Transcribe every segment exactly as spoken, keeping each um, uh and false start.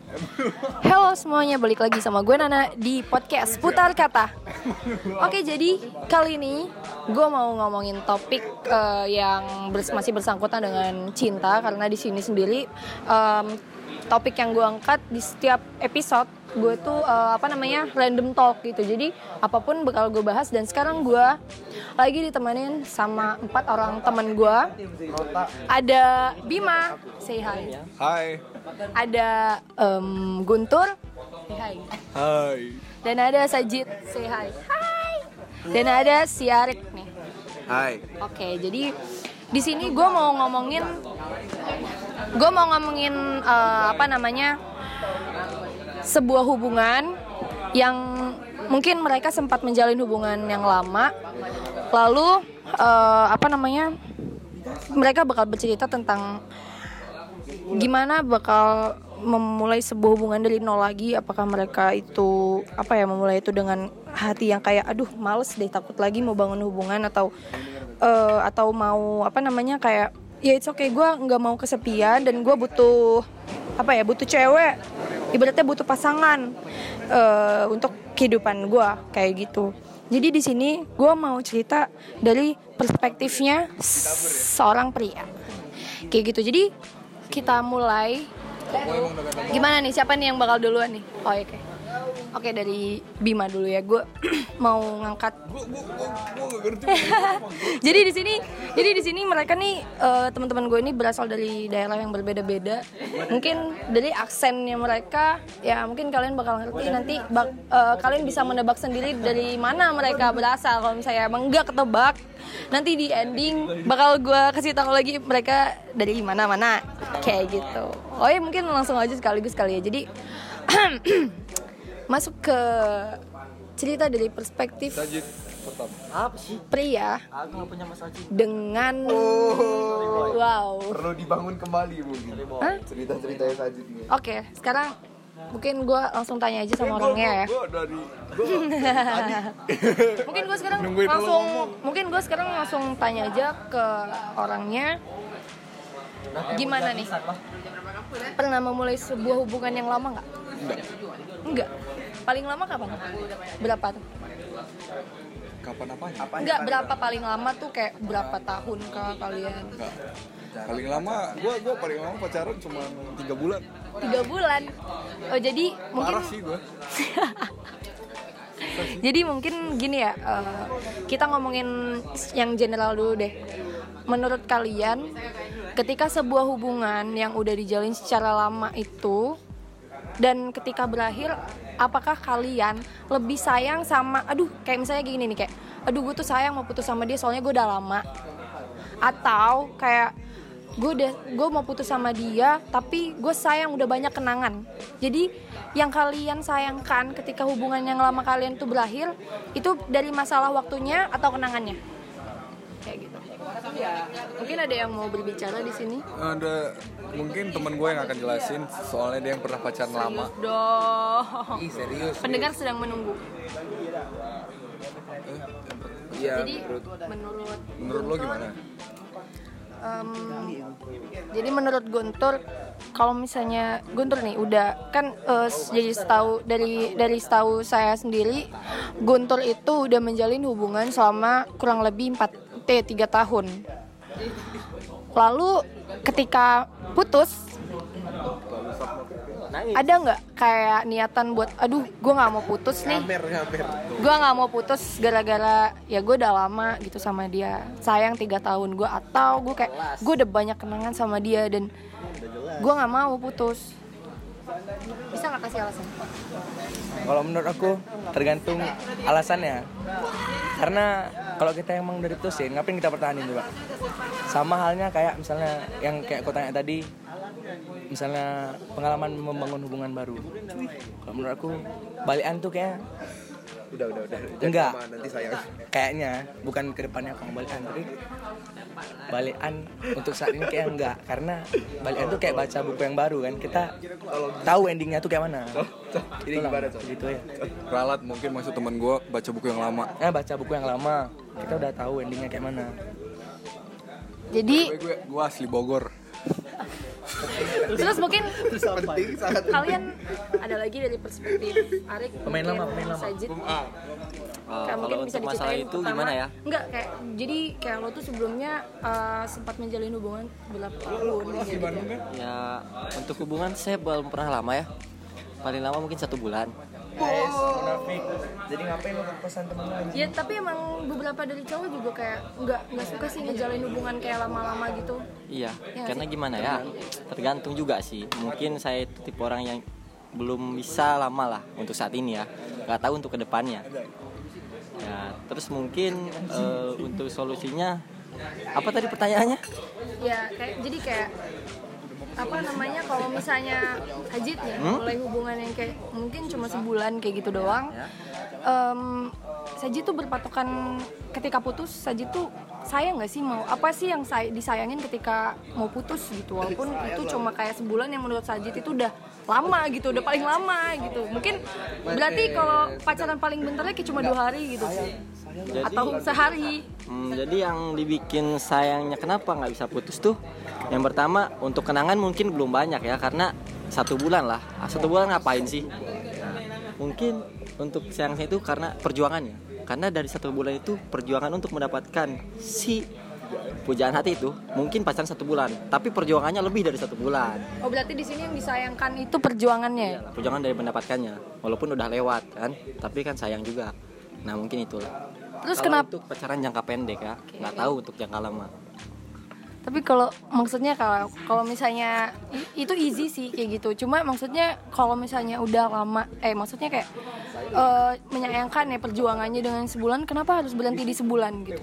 Halo semuanya, balik lagi sama gue Nana di podcast Putar Kata. Oke, jadi kali ini gue mau ngomongin topik uh, yang bers- masih bersangkutan dengan cinta. Karena di sini sendiri um, topik yang gue angkat di setiap episode gue tuh uh, apa namanya random talk gitu. Jadi apapun bakal gue bahas. Dan sekarang gue lagi ditemenin sama empat orang teman gue. Ada Bima, say hi. Hai. Ada um, Guntur, say hi. Hai. Dan ada Sajid, say hi. Hai. Dan ada si Arik nih. Hai. Oke, jadi di sini gue mau ngomongin, gue mau ngomongin uh, apa namanya sebuah hubungan yang mungkin mereka sempat menjalin hubungan yang lama, lalu uh, apa namanya mereka bakal bercerita tentang gimana bakal memulai sebuah hubungan dari nol lagi. Apakah mereka itu apa ya memulai itu dengan hati yang kayak aduh males deh, takut lagi mau bangun hubungan, atau uh, atau mau apa namanya kayak ya it's okay, gue nggak mau kesepian dan gue butuh apa ya butuh cewek, ibaratnya butuh pasangan uh, untuk kehidupan gue kayak gitu. Jadi di sini gue mau cerita dari perspektifnya seorang pria kayak gitu. Jadi kita mulai. Gimana nih, siapa nih yang bakal duluan nih? Oh oke, okay. Oke, dari Bima dulu ya. Gue mau ngangkat. jadi di sini, jadi di sini mereka nih uh, teman-teman gue ini berasal dari daerah yang berbeda-beda. Mungkin dari aksennya mereka, ya mungkin kalian bakal ngerti nanti. Bak, uh, kalian bisa menebak sendiri dari mana mereka berasal. Kalau misalnya emang enggak ketebak, nanti di ending bakal gue kasih tahu lagi mereka dari mana-mana kayak gitu. Oh ya mungkin langsung aja sekaligus kali ya. Jadi masuk ke cerita dari perspektif pria dengan Oh. wow. Perlu dibangun kembali mungkin. Hah? Cerita-ceritanya Sajid ini. Oke, sekarang mungkin gue langsung tanya aja sama orangnya ya. Gue dari gua, Mungkin gue sekarang Nungguin lu langsung ngomong. mungkin gue sekarang langsung tanya aja ke orangnya. Gimana nih? Pernah memulai sebuah hubungan yang lama nggak? Enggak. Enggak. Paling lama kapan? Berapa tuh? Kapan apanya? Enggak, berapa paling lama tuh kayak berapa tahun kah kalian? Enggak. Paling lama, gue gue paling lama pacaran cuma tiga bulan. Tiga bulan. Oh jadi mungkin. Parah sih gue. Jadi mungkin gini ya, uh, kita ngomongin yang general dulu deh. Menurut kalian, ketika sebuah hubungan yang udah dijalin secara lama itu dan ketika berakhir, apakah kalian lebih sayang sama, aduh kayak misalnya gini nih kayak, aduh gue tuh sayang mau putus sama dia soalnya gue udah lama, atau kayak gue udah gue mau putus sama dia tapi gue sayang udah banyak kenangan. Jadi yang kalian sayangkan ketika hubungan yang lama kalian tuh berakhir itu dari masalah waktunya atau kenangannya? Kayak gitu. Mungkin ada yang mau berbicara di sini? Ada mungkin teman gue yang akan jelasin soalnya dia yang pernah pacaran lama. Dong. Ih, serius. Pendengar sedang menunggu. Iya. Jadi menurut menurut menurut lo gimana? Um, jadi menurut Guntur, kalau misalnya Guntur nih udah kan uh, jadi setahu dari dari setahu saya sendiri, Guntur itu udah menjalin hubungan selama kurang lebih empat tiga tahun. Lalu ketika putus, ada nggak kayak niatan buat aduh gue nggak mau putus nih, gue nggak mau putus gara-gara ya gue udah lama gitu sama dia, sayang tiga tahun gue, atau gue kayak gue udah banyak kenangan sama dia dan gue nggak mau putus. Bisa nggak kasih alasan? Kalau menurut aku tergantung alasannya. Karena kalau kita emang dari putusin, ngapain kita pertahanin juga? Sama halnya kayak misalnya yang kayak aku tanya tadi, misalnya pengalaman membangun hubungan baru. Kalau menurut aku balikan tuh kayak Udah udah udah. enggak. Nanti sayang. Kayaknya bukan ke depannya aku balikan, tapi balikan untuk saat ini kayak enggak. Karena balikan tuh kayak baca buku yang baru kan. Kita tahu endingnya tuh kayak mana. Jadi gimana tuh? Gitu ya. Ralat mungkin maksud teman gue baca buku yang lama. Nah, baca buku yang lama, kita udah tahu endingnya kayak mana. Jadi gue gue gue asli Bogor. Terus mungkin penting sangat kalian ada lagi dari perspektif Arik, Pemain mungkin lama, pemain lama. Sajid. Uh, Kayak mungkin kalau bisa untuk masalah diceritain itu pertama. gimana ya? Enggak, kayak jadi kayak lo tuh sebelumnya uh, sempat menjalin hubungan berapa tahun gitu. Ya untuk hubungan saya belum pernah lama ya. Paling lama mungkin satu bulan. Guys, munafik. Jadi ngapain lu pesan temen lu anjing? Ya tapi emang beberapa dari cowok juga kayak nggak nggak suka sih ngejalin hubungan kayak lama-lama gitu. Iya, Ya, karena sih? gimana ya? Tergantung juga sih. Mungkin saya itu tipe orang yang belum bisa lama lah untuk saat ini ya. Gak tahu untuk kedepannya. Ya, terus mungkin uh, untuk solusinya apa tadi pertanyaannya? Ya kayak jadi kayak apa namanya kalau misalnya Sajid nih Hmm? mulai hubungan yang kayak mungkin cuma sebulan kayak gitu doang. Um, Sajid tuh berpatokan ketika putus, Sajid tuh sayang nggak sih mau apa sih yang say- disayangin ketika mau putus gitu, walaupun itu cuma kayak sebulan yang menurut Sajid itu udah lama gitu, udah paling lama gitu. Mungkin berarti kalau pacaran paling bentarnya kayak cuma dua hari gitu Jadi, atau sehari. Hmm, jadi yang dibikin sayangnya kenapa nggak bisa putus tuh? Yang pertama untuk kenangan mungkin belum banyak ya, karena satu bulan lah. Ah, Satu bulan ngapain sih? Nah, mungkin untuk sayangnya itu karena perjuangannya. Karena dari satu bulan itu perjuangan untuk mendapatkan si pujaan hati itu mungkin pacaran satu bulan, tapi perjuangannya lebih dari satu bulan. Oh berarti di sini yang disayangkan itu perjuangannya. Iyalah, perjuangan dari mendapatkannya, walaupun udah lewat kan, tapi kan sayang juga. Nah mungkin itulah. Terus Kalau kenapa? untuk pacaran jangka pendek ya, nggak tahu untuk jangka lama. Tapi kalau maksudnya kalau kalau misalnya i- itu easy sih kayak gitu. Cuma maksudnya kalau misalnya udah lama, eh maksudnya kayak eh, menyayangkan ya perjuangannya dengan sebulan, kenapa harus berhenti di sebulan gitu?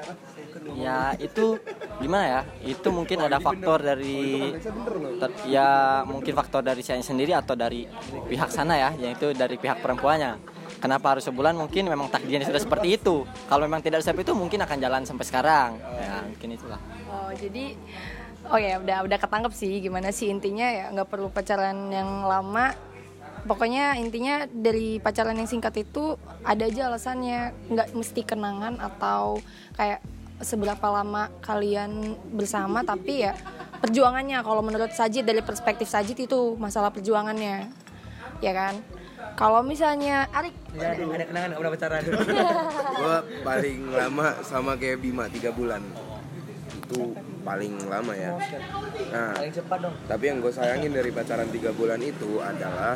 Ya itu gimana ya? Itu mungkin ada faktor dari ter- ya mungkin faktor dari saya sendiri atau dari pihak sana ya, yaitu dari pihak perempuannya. Kenapa harus sebulan? Mungkin memang takdirnya sudah seperti itu. Kalau memang tidak seperti itu mungkin akan jalan sampai sekarang. Ya mungkin itulah. Oh jadi, oh ya udah udah ketangkep sih gimana sih intinya ya nggak perlu pacaran yang lama. Pokoknya intinya dari pacaran yang singkat itu ada aja alasannya, nggak mesti kenangan atau kayak seberapa lama kalian bersama, tapi ya perjuangannya. Kalau menurut Sajid, dari perspektif Sajid itu masalah perjuangannya, ya kan? Kalau misalnya Arik, Ya, ada, ada kenangan nggak pernah pacaran? Gue paling lama sama kayak Bima tiga bulan. Itu paling lama ya. Nah, Paling cepat dong. tapi yang gue sayangin dari pacaran tiga bulan itu adalah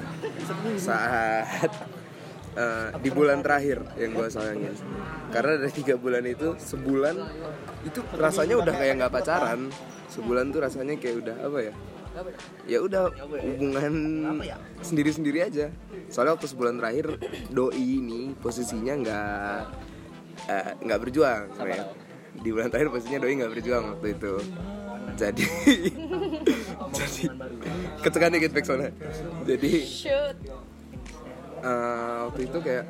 saat eh, di bulan terakhir yang gue sayangin. Karena dari tiga bulan itu sebulan itu rasanya udah kayak nggak pacaran. Sebulan tuh rasanya kayak udah apa ya? Ya udah hubungan sendiri-sendiri aja. Soalnya waktu sebulan terakhir doi ini posisinya nggak eh, nggak berjuang. Ya. Di bulan terakhir posisinya doi nggak berjuang waktu itu. Jadi jadi ketekan dikit backsoundnya. Jadi shoot. uh, waktu itu kayak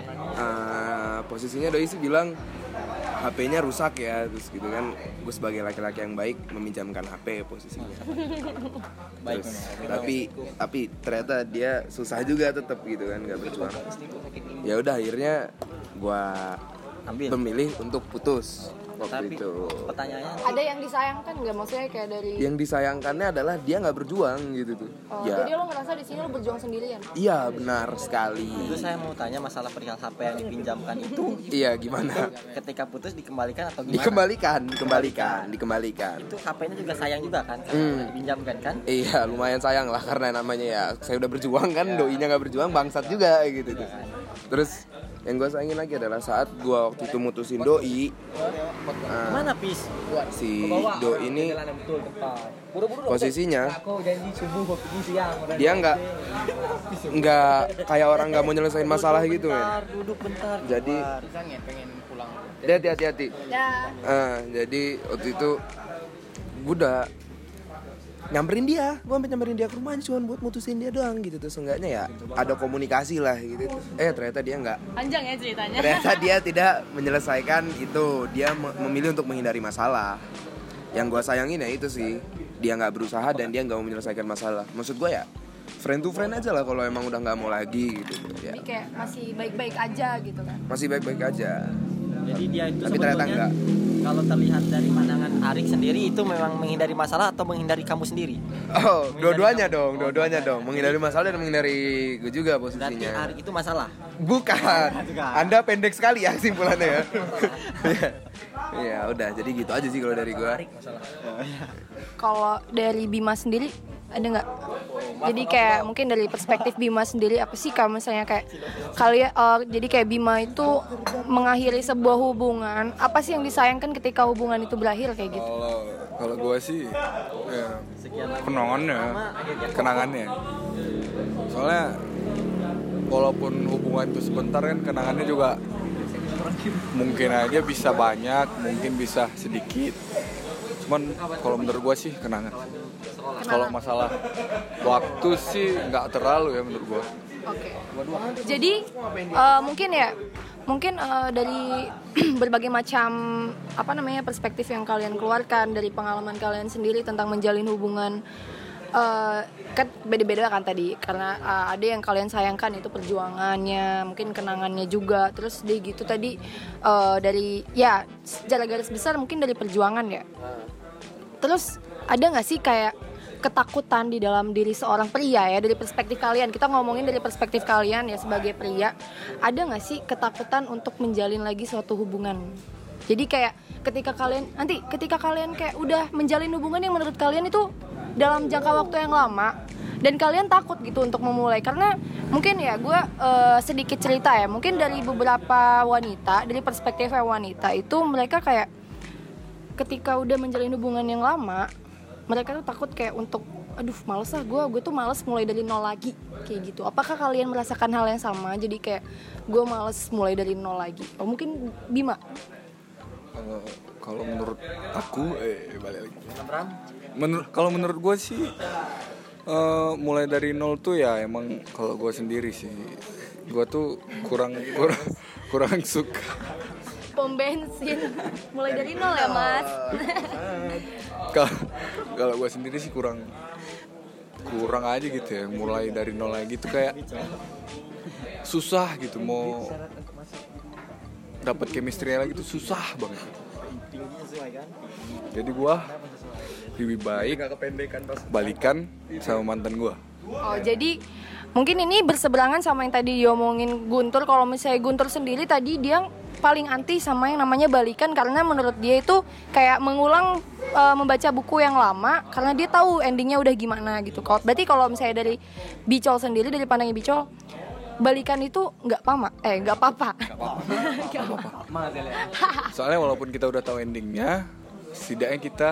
uh, posisinya doi sih bilang H P-nya rusak ya, terus gitu kan. Gue sebagai laki-laki yang baik meminjamkan H P posisinya. Terus, tapi tapi ternyata dia susah juga tetap gitu kan, nggak berjuang. Ya udah akhirnya gue Ambil. memilih untuk putus waktu Tapi itu. pertanyaannya Ada yang disayangkan nggak, maksudnya kayak dari? Yang disayangkannya adalah dia nggak berjuang gitu tuh. Oh, Ya, jadi lo ngerasa di sini lo berjuang sendirian? iya benar sekali. itu saya mau tanya masalah perihal H P yang dipinjamkan itu Iya gimana? ketika putus dikembalikan atau gimana? Dikembalikan, dikembalikan, dikembalikan. Itu H P-nya juga sayang juga kan? Karena Hmm. udah dipinjamkan kan? Iya lumayan sayang lah karena namanya ya saya udah berjuang kan, doinya nggak berjuang bangsat juga gitu tuh. Terus yang gue sayangin lagi adalah saat gue waktu itu mutusin doi, uh, Mana Pis? si doi ini Jalan yang betul tepat. Buru-buru dong. posisinya Aku janji subuh pergi siang. dia nggak nggak kayak orang nggak mau nyelesain masalah gitu men. Bentar, duduk bentar. Jadi pengen pulang. hati hati hati. Ya. Ah, jadi waktu itu gue udah nyamperin dia, gue sampai nyamperin dia ke rumahnya cuma buat mutusin dia doang gitu tuh. Seenggaknya ya ada komunikasi lah gitu tuh. Eh ternyata dia nggak, Panjang ya ceritanya. ternyata dia tidak menyelesaikan itu. Dia me- memilih untuk menghindari masalah. Yang gue sayangin ya itu sih, dia nggak berusaha dan dia nggak mau menyelesaikan masalah. Maksud gue ya friend to friend aja lah kalau emang udah nggak mau lagi gitu ya. Jadi kayak masih baik-baik aja gitu kan? Masih baik-baik aja. Jadi dia itu Tapi ternyata sebetulnya enggak. kalau terlihat dari pandangan Arik sendiri itu memang menghindari masalah atau menghindari kamu sendiri? Oh, dua-duanya dong, dua-duanya dong. Menghindari masalah dan menghindari gue juga Berarti posisinya. Arik itu masalah. Bukan. Anda pendek sekali ya simpulannya ya. Ya udah, jadi gitu aja sih kalau dari gue. Kalau dari Bima sendiri ada nggak? Jadi kayak mungkin dari perspektif Bima sendiri apa sih kalau misalnya kayak kalian uh, jadi kayak Bima itu mengakhiri sebuah hubungan, apa sih yang disayangkan ketika hubungan itu berakhir kayak gitu? Kalau kalau gue sih ya, kenangannya, kenangannya. Soalnya walaupun hubungan itu sebentar kan kenangannya juga mungkin aja bisa banyak, mungkin bisa sedikit. Cuman kalau menurut gue sih kenangan. Kalau masalah waktu sih nggak terlalu ya menurut gue. Oke. Jadi uh, mungkin ya, mungkin uh, dari berbagai macam apa namanya perspektif yang kalian keluarkan dari pengalaman kalian sendiri tentang menjalin hubungan, uh, kan beda-beda kan tadi. Karena uh, ada yang kalian sayangkan itu perjuangannya, mungkin kenangannya juga. Terus dia gitu tadi uh, dari ya secara garis besar mungkin dari perjuangan ya. Terus ada nggak sih kayak ketakutan di dalam diri seorang pria ya, dari perspektif kalian, kita ngomongin dari perspektif kalian ya sebagai pria, ada nggak sih ketakutan untuk menjalin lagi suatu hubungan? Jadi kayak ketika kalian nanti ketika kalian kayak udah menjalin hubungan yang menurut kalian itu dalam jangka waktu yang lama dan kalian takut gitu untuk memulai, karena mungkin ya gue uh, sedikit cerita ya, mungkin dari beberapa wanita, dari perspektif wanita itu mereka kayak ketika udah menjalin hubungan yang lama, mereka tuh takut kayak untuk, aduh males lah gue, gue tuh males mulai dari nol lagi kayak gitu. Apakah kalian merasakan hal yang sama? Jadi kayak gue males mulai dari nol lagi. Oh mungkin Bima? Kalau kalau menurut aku, eh balik lagi. Menurut kalau menurut gue sih uh, mulai dari nol tuh ya emang kalau gue sendiri sih, gue tuh kurang kurang kurang suka. Pom bensin mulai dari nol ya mas. Kalau kalau gue sendiri sih kurang kurang aja gitu ya, mulai dari nol lagi tuh kayak susah gitu, mau dapat chemistry lagi tuh susah banget. Jadi gue lebih baik balikan sama mantan gue. Oh jadi mungkin ini berseberangan sama yang tadi diomongin Guntur. Kalau misalnya Guntur sendiri tadi dia paling anti sama yang namanya balikan, karena menurut dia itu kayak mengulang e, membaca buku yang lama karena dia tahu endingnya udah gimana gitu. Kalau berarti kalau misalnya dari Bicol sendiri, dari pandangnya Bicol, balikan itu nggak pama, eh nggak apa-apa. Nggak apa-apa. Soalnya walaupun kita udah tahu endingnya, setidaknya kita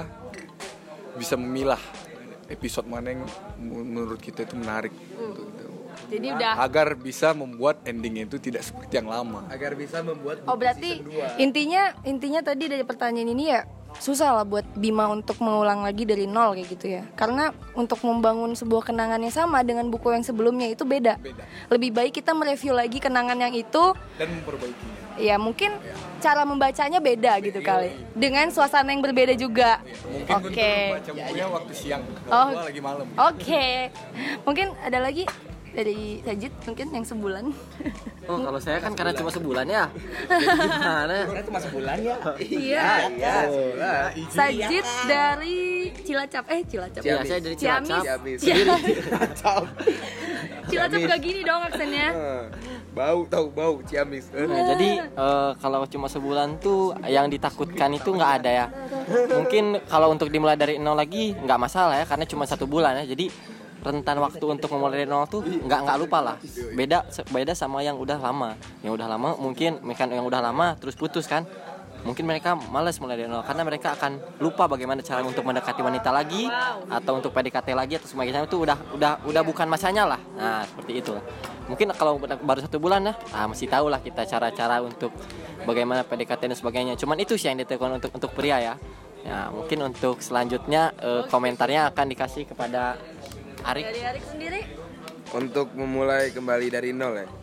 bisa memilah episode mana yang menurut kita itu menarik. Hmm. Jadi udah agar bisa membuat endingnya itu tidak seperti yang lama. Agar bisa membuat oh berarti intinya intinya tadi dari pertanyaan ini ya susah lah buat Bima untuk mengulang lagi dari nol kayak gitu ya. Karena untuk membangun sebuah kenangan yang sama dengan buku yang sebelumnya itu beda. beda. Lebih baik kita mereview lagi kenangan yang itu dan memperbaikinya. Ya mungkin ya. Cara membacanya beda gitu ya, kali. Ya. Dengan suasana yang berbeda juga. Ya, mungkin Oke. Okay. Baca bukunya waktu siang, oh. gua lagi malam. Oke. Okay. Mungkin ada lagi dari Sajid mungkin yang sebulan. Oh kalau saya kan karena cuma sebulan ya. Jadi gimana? Karena cuma sebulan ya. Iya. Iya. Sajid dari Cilacap. Eh Cilacap. Iya saya dari Cilacap. Ciamis. Cilacap. Cilacap gak gini dong aksennya. Bau tahu bau Ciamis. Nah, jadi uh, kalau cuma sebulan tuh yang ditakutkan itu nggak ada ya. Mungkin kalau untuk dimulai dari nol lagi nggak masalah ya, karena cuma satu bulan ya. Jadi rentan waktu untuk memulai dari nol tuh nggak nggak lupa lah. Beda beda sama yang udah lama. Yang udah lama mungkin mereka yang udah lama terus putus kan. Mungkin mereka malas mulai dari nol karena mereka akan lupa bagaimana cara untuk mendekati wanita lagi atau untuk P D K T lagi atau sebagainya, itu udah udah udah bukan masanya lah. Nah, seperti itu. Mungkin kalau baru satu bulan lah, ah, masih tahu lah kita cara-cara untuk bagaimana P D K T dan sebagainya. Cuman itu sih yang ditekan untuk untuk pria ya. Ya, mungkin untuk selanjutnya eh, komentarnya akan dikasih kepada Arik. Dari Arik sendiri? Untuk memulai kembali dari nol ya.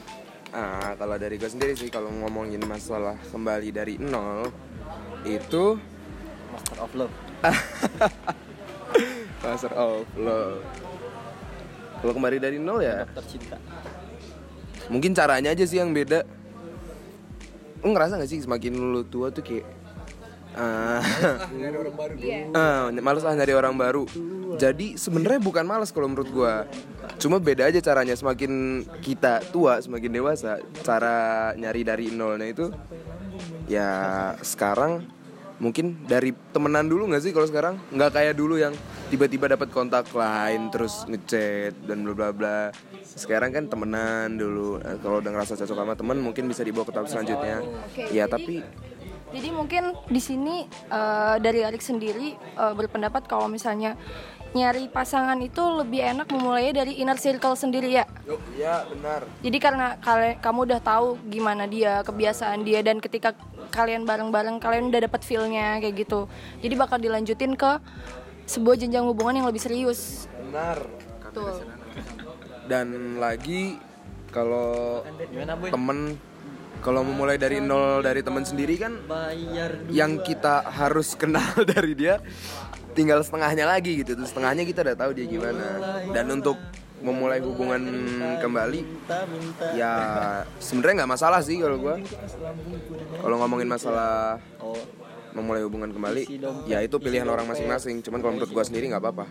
Ah, kalau dari gue sendiri sih kalau ngomongin masalah kembali dari nol itu Master of Love. Master of Love. Kalau kembali dari nol ya Dokter Cinta. mungkin caranya aja sih yang beda. Lu ngerasa gak sih semakin lu tua tuh kayak Uh, nyari orang baru dulu. uh, males ah nyari orang baru. Jadi sebenarnya bukan males kalau menurut gue. Cuma beda aja caranya. Semakin kita tua, semakin dewasa, cara nyari dari nolnya itu ya sekarang mungkin dari temenan dulu nggak sih kalau sekarang? Nggak kayak dulu yang tiba-tiba dapat kontak lain terus ngechat dan bla bla bla. Sekarang kan temenan dulu. Nah, kalau udah ngerasa cocok sama temen mungkin bisa dibawa ke tahap selanjutnya. Oke, Ya jadi- tapi Jadi mungkin di sini uh, dari Arik sendiri uh, berpendapat kalau misalnya nyari pasangan itu lebih enak memulainya dari inner circle sendiri ya. Yuk, ya benar. Jadi karena kalian kamu udah tahu gimana dia, kebiasaan dia, dan ketika kalian bareng-bareng kalian udah dapat feel-nya kayak gitu. Jadi bakal dilanjutin ke sebuah jenjang hubungan yang lebih serius. Benar. Betul. Dan lagi kalau Gimana boy? temen kalau memulai dari nol dari teman sendiri kan Bayar yang kita harus kenal dari dia tinggal setengahnya lagi gitu. Terus setengahnya kita udah tahu dia gimana. Dan untuk memulai hubungan kembali ya sebenarnya nggak masalah sih kalau gue. Kalau ngomongin masalah memulai hubungan kembali ya itu pilihan orang masing-masing. Cuman kalau menurut gue sendiri nggak apa-apa.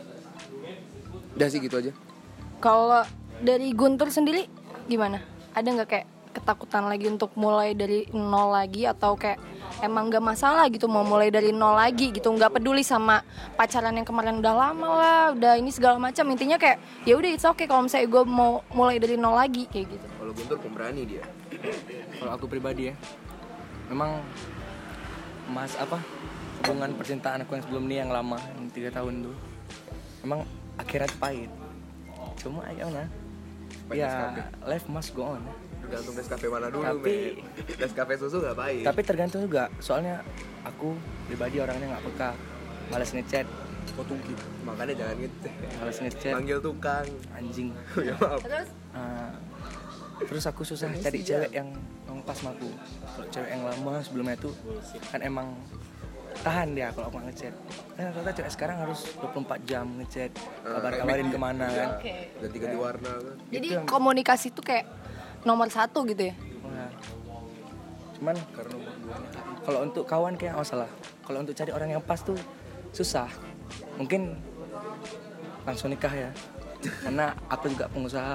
Udah sih gitu aja. Kalau dari Guntur sendiri gimana? Ada nggak kayak ketakutan lagi untuk mulai dari nol lagi, atau kayak emang nggak masalah gitu mau mulai dari nol lagi gitu, nggak peduli sama pacaran yang kemarin udah lama lah, udah ini segala macam, intinya kayak ya udah it's okay kalau misalnya gue mau mulai dari nol lagi kayak gitu. Kalau Guntur pemberani dia. Kalau aku pribadi ya, memang mas apa hubungan percintaan aku yang sebelum ini yang lama yang tiga tahun tuh, memang akhirnya pahit. Cuma ayo nah, ya life must go on. Tergantung Nescafe mana dulu, Tapi- men. Nescafe susu gak pahit. Tapi tergantung juga, soalnya aku pribadi orangnya nggak peka, malas ngechat, Potungki. Makanya jangan ngechat. malas ngechat, Panggil tukang. anjing. Ya maaf. Terus Nah, terus aku susah cari cewek yang yang pas sama aku. Kalau cewek yang lama sebelumnya itu kan emang tahan dia kalau aku nggak ngechat. Nah, ternyata cewek sekarang harus dua puluh empat jam ngechat, kabar-kabarin kemana kan. Oke. Ganti-ganti warna kan. Jadi Itu yang- komunikasi tuh kayak nomor satu gitu ya. Nah, cuman kalau untuk kawan kayak nggak salah. Kalau untuk cari orang yang pas tuh susah. Mungkin langsung nikah ya. Karena aku juga pengusaha.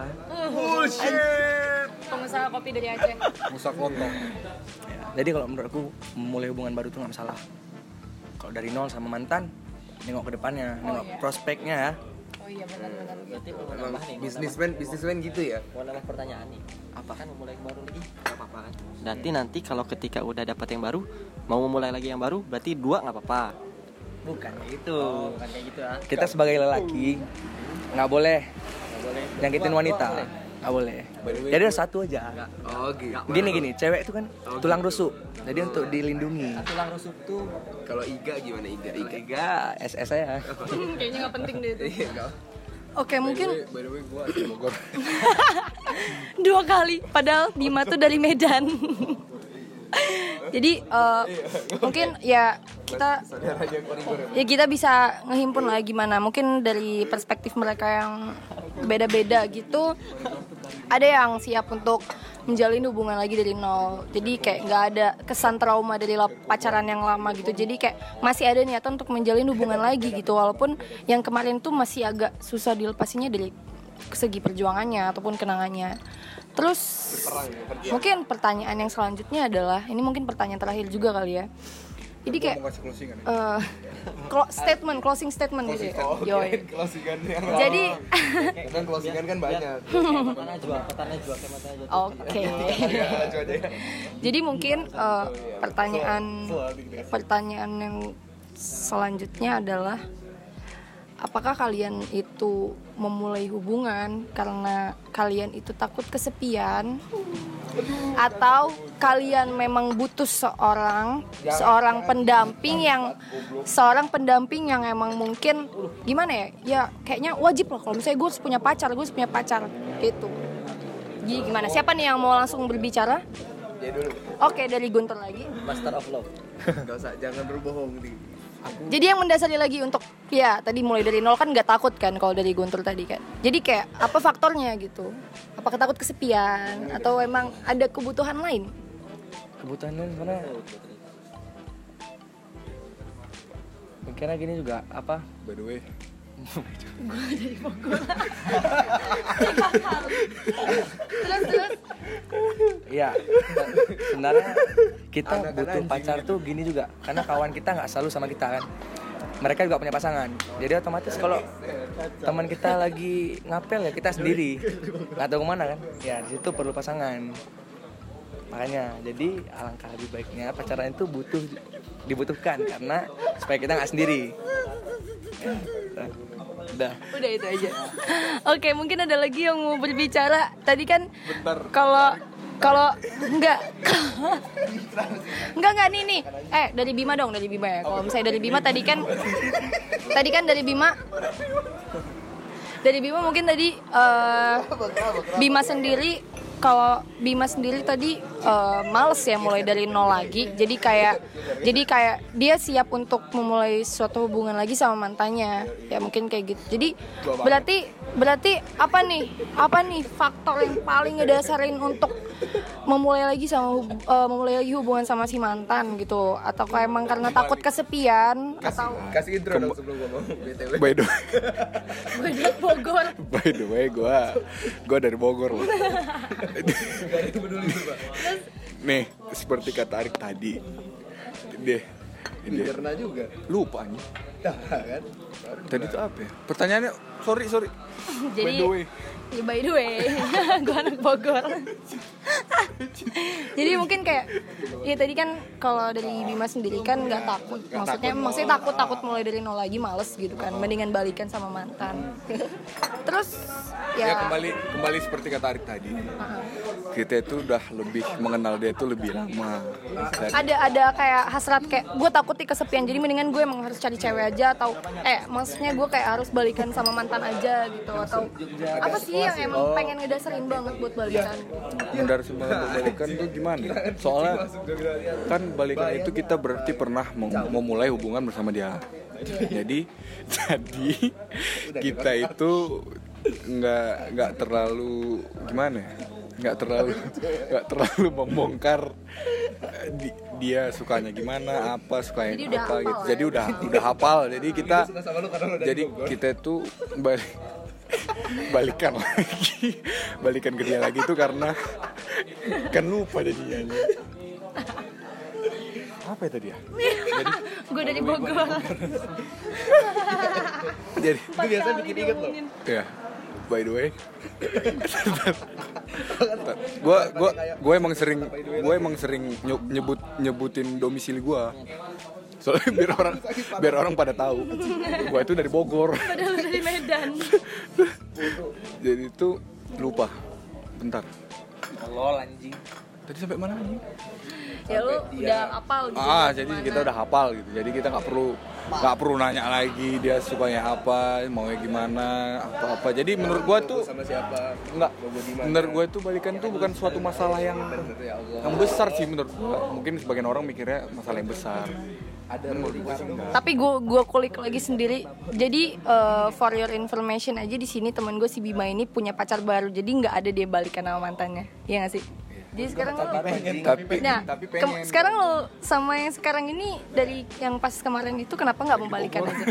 Pengusaha kopi dari Aceh. Musa kontong. Ya, jadi kalau menurut aku memulai hubungan baru tuh nggak masalah. Kalau dari nol sama mantan, nengok ke depannya, nengok iya. prospeknya ya. Oh iya benar-benar. Berarti mau Emang nambah nih, mau bisnismen, bisnismen gitu ya. nambah- mau nambah pertanyaan nih. Apa kan memulai baru lagi? Gak apa-apa kan? Berarti nanti kalau ketika udah dapat yang baru, mau memulai lagi yang baru, berarti dua nggak apa-apa. Bukan kayak gitu. Oh, bukan kayak gitu ya. Kita sebagai lelaki nggak boleh Nggak boleh. nyakitin Dua- wanita. dua boleh. Nggak boleh. By the way, Jadi ada satu aja. Oh gitu. Gini gini, cewek itu kan tulang rusuk. Jadi untuk dilindungi. Tulang rusuk tuh Kalau Iga gimana Iga? Iga. Tiga S S saya. Kayaknya nggak penting deh itu. Iya, nggak. Oke, mungkin By the way, by the way gue asli Bogor. dua kali padahal Bima tuh dari Medan. Jadi eh, mungkin ya kita ya kita bisa ngehimpun lah gimana, mungkin dari perspektif mereka yang beda-beda gitu. Ada yang siap untuk menjalin hubungan lagi dari nol, jadi kayak nggak ada kesan trauma dari la- pacaran yang lama gitu. Jadi kayak masih ada niatan untuk menjalin hubungan lagi gitu, walaupun yang kemarin tuh masih agak susah dilepasinya dari segi perjuangannya ataupun kenangannya. Terus mungkin pertanyaan yang selanjutnya adalah, ini mungkin pertanyaan terakhir juga kali ya. Jadi kayak Mau kasih closingan ya? eh, clo- statement, closing statement gitu ya. Yoi. Closingan yang Jadi Kan closingan kan banyak. matanya jual, matanya jual, kayak matanya jual. oke. Jadi mungkin eh, pertanyaan pertanyaan yang selanjutnya adalah, apakah kalian itu memulai hubungan karena kalian itu takut kesepian, atau kalian memang butuh seorang seorang pendamping yang seorang pendamping yang emang mungkin gimana ya, ya kayaknya wajib lah kalau misalnya gue harus punya pacar, gue harus punya pacar gitu. Jadi gimana, siapa nih yang mau langsung berbicara? Ya dulu. Oke, dari Guntur lagi. Master of Love. Gak usah, jangan berbohong di. Jadi yang mendasari lagi untuk ya tadi mulai dari nol kan nggak takut kan kalau dari Guntur tadi kan. Jadi kayak apa faktornya gitu? Apakah takut kesepian atau emang ada kebutuhan lain? Kebutuhan lain karena Mikirnya gini juga apa? By the way, Gue dari Bogor. Terus terus. Iya. Sebenarnya kita butuh pacar tuh gini juga, karena kawan kita nggak selalu sama kita kan. Mereka juga punya pasangan. Jadi otomatis kalau teman kita lagi ngapel ya kita sendiri, nggak tahu kemana kan. Ya di situ perlu pasangan. Makanya jadi alangkah lebih baiknya pacaran itu butuh dibutuhkan karena supaya kita nggak sendiri. Udah. Udah itu aja. Oke, mungkin ada lagi yang mau berbicara. Tadi kan kalau kalau enggak enggak enggak nih nih. Eh, dari Bima dong, dari Bima ya. Kalau misalnya dari Bima tadi kan tadi kan dari Bima dari Bima mungkin tadi uh, Bima sendiri kalau Bima sendiri tadi uh, males ya mulai dari nol lagi. Jadi kayak jadi kayak dia siap untuk memulai suatu hubungan lagi sama mantannya. Ya mungkin kayak gitu. Jadi berarti berarti apa nih? Apa nih faktor yang paling ngedasarin untuk memulai lagi sama uh, memulai lagi hubungan sama si mantan gitu? Atau kayak emang karena takut kesepian atau Kasih intro dong sebelum ngomong B T W. by the way, gue dari Bogor. by the way, gue gue dari Bogor loh. Nih, seperti kata Arif tadi, deh, ini Pernah juga. lupa nih. Nah, kan? Tadi itu apa ya? Pertanyaannya, sorry sorry. Jadi, by the way, ya by the way, gue anak Bogor. Jadi mungkin kayak, ya tadi kan kalau dari Bima sendiri kan nggak takut, maksudnya maksudnya takut takut mulai dari nol lagi, males gitu kan, mendingan balikan sama mantan. Terus ya, ya, kembali kembali seperti kata Arif tadi, kita itu udah lebih mengenal dia itu lebih lama. Dan ada ada kayak hasrat kayak gue takut nih kesepian, jadi mendingan gue emang harus cari cewek aja atau eh maksudnya gue kayak harus balikan sama mantan aja gitu, atau apa sih yang emang pengen ngedasarin banget buat balikan? mengendar semangat balikan tuh gimana? Soalnya kan balikan itu kita berarti pernah mem- memulai hubungan bersama dia. Jadi jadi kita itu nggak nggak terlalu gimana ya? nggak terlalu nggak terlalu membongkar di, dia sukanya gimana, apa sukanya Jadi udah apa hafal gitu. ya? Jadi udah udah hafal. Jadi kita jadi kita itu balik balikan lagi balikan ke dia lagi itu karena kan lupa jadinya. Apa ya tadi ya? Jadi Gue dari Bogor. jadi Itu biasa bikin inget loh. ya, by the way, gue gue gue emang sering gue emang sering nyu- nyebut nyebutin domisili gue, soalnya biar orang biar orang pada tahu gue itu dari Bogor. Padahal dari Medan. Jadi itu lupa, bentar. Lol anjing. Tadi sampai mana nih? Ya lu udah apal gitu. Ah, jadi kita udah hafal gitu. Jadi kita nggak perlu nggak perlu nanya lagi dia sukanya apa, maunya gimana, apa-apa. Jadi menurut gua tuh Sama siapa? nggak. Menurut gua tuh balikan tuh bukan suatu masalah yang yang besar sih menurut gua. Mungkin sebagian orang mikirnya masalah yang besar. Ada menurut gua sih enggak. Tapi gue gua kulik lagi sendiri. Jadi uh, for your information aja, di sini temen gue si Bima ini punya pacar baru. Jadi nggak ada dia balikan sama mantannya. Iya nggak sih? Jadi sekarang lo, Tapi nah, tapi ke- pengen. sekarang lo sama yang sekarang ini dari yang pas kemarin itu kenapa nggak mau balikan aja?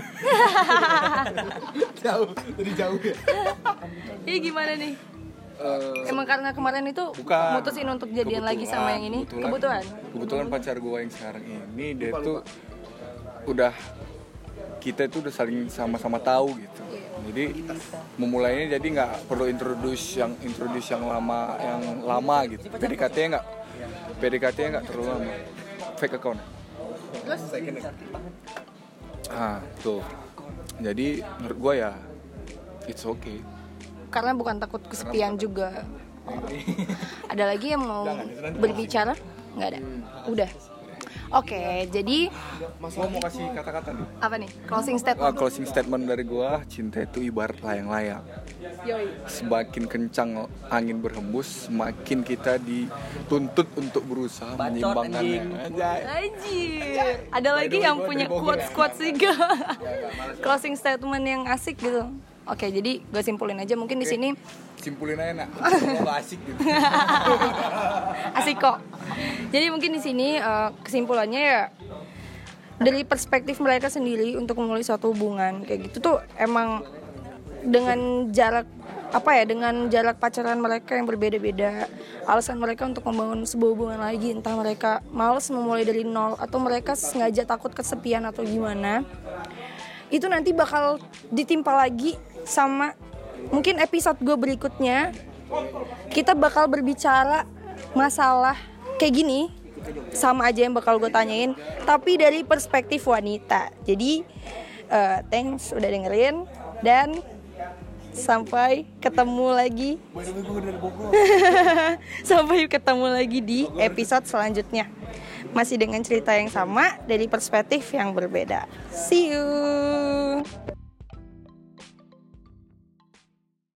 Jauh, tadi jauh ya. Ini gimana nih? Eh, Emang karena kemarin itu Bukan. mutusin untuk jadian lagi Kebetulan, sama yang ini? Kebetulan? Kebetulan pacar gue yang sekarang ini dia tuh udah kita tuh udah saling sama-sama tahu gitu. Jadi memulainya jadi nggak perlu introduce yang introduce yang lama yang lama gitu. P D K T-nya nggak P D K T-nya nggak terlalu lama. Fake account. Terus? Ah tuh. Jadi menurut gue ya it's okay. Karena bukan takut kesepian juga. Ada lagi yang mau berbicara? Nggak ada. Udah. Oke, jadi Gue mau kasih kata-kata nih. apa nih? Closing Wah, statement. closing statement dari gue, cinta itu ibarat layang-layang. Yoi. Semakin kencang angin berhembus, semakin kita dituntut untuk berusaha menyeimbangkannya. Anjay. Anjir. Ada lagi yang punya quotes-quotes juga. Closing statement yang asik gitu. Oke, jadi gue simpulin aja mungkin di sini Simpulin aja nak, kalau nggak asik gitu. asik kok. Jadi mungkin di sini uh, kesimpulannya ya dari perspektif mereka sendiri untuk memulai suatu hubungan kayak gitu tuh emang dengan jarak apa ya dengan jarak pacaran mereka yang berbeda-beda, alasan mereka untuk membangun sebuah hubungan lagi, entah mereka malas memulai dari nol atau mereka sengaja takut kesepian atau gimana, itu nanti bakal ditimpa lagi sama mungkin episode gue berikutnya. Kita bakal berbicara masalah kayak gini, sama aja yang bakal gue tanyain, tapi dari perspektif wanita. Jadi uh, thanks udah dengerin dan sampai ketemu lagi. Sampai ketemu lagi di episode selanjutnya. Masih dengan cerita yang sama dari perspektif yang berbeda. See you.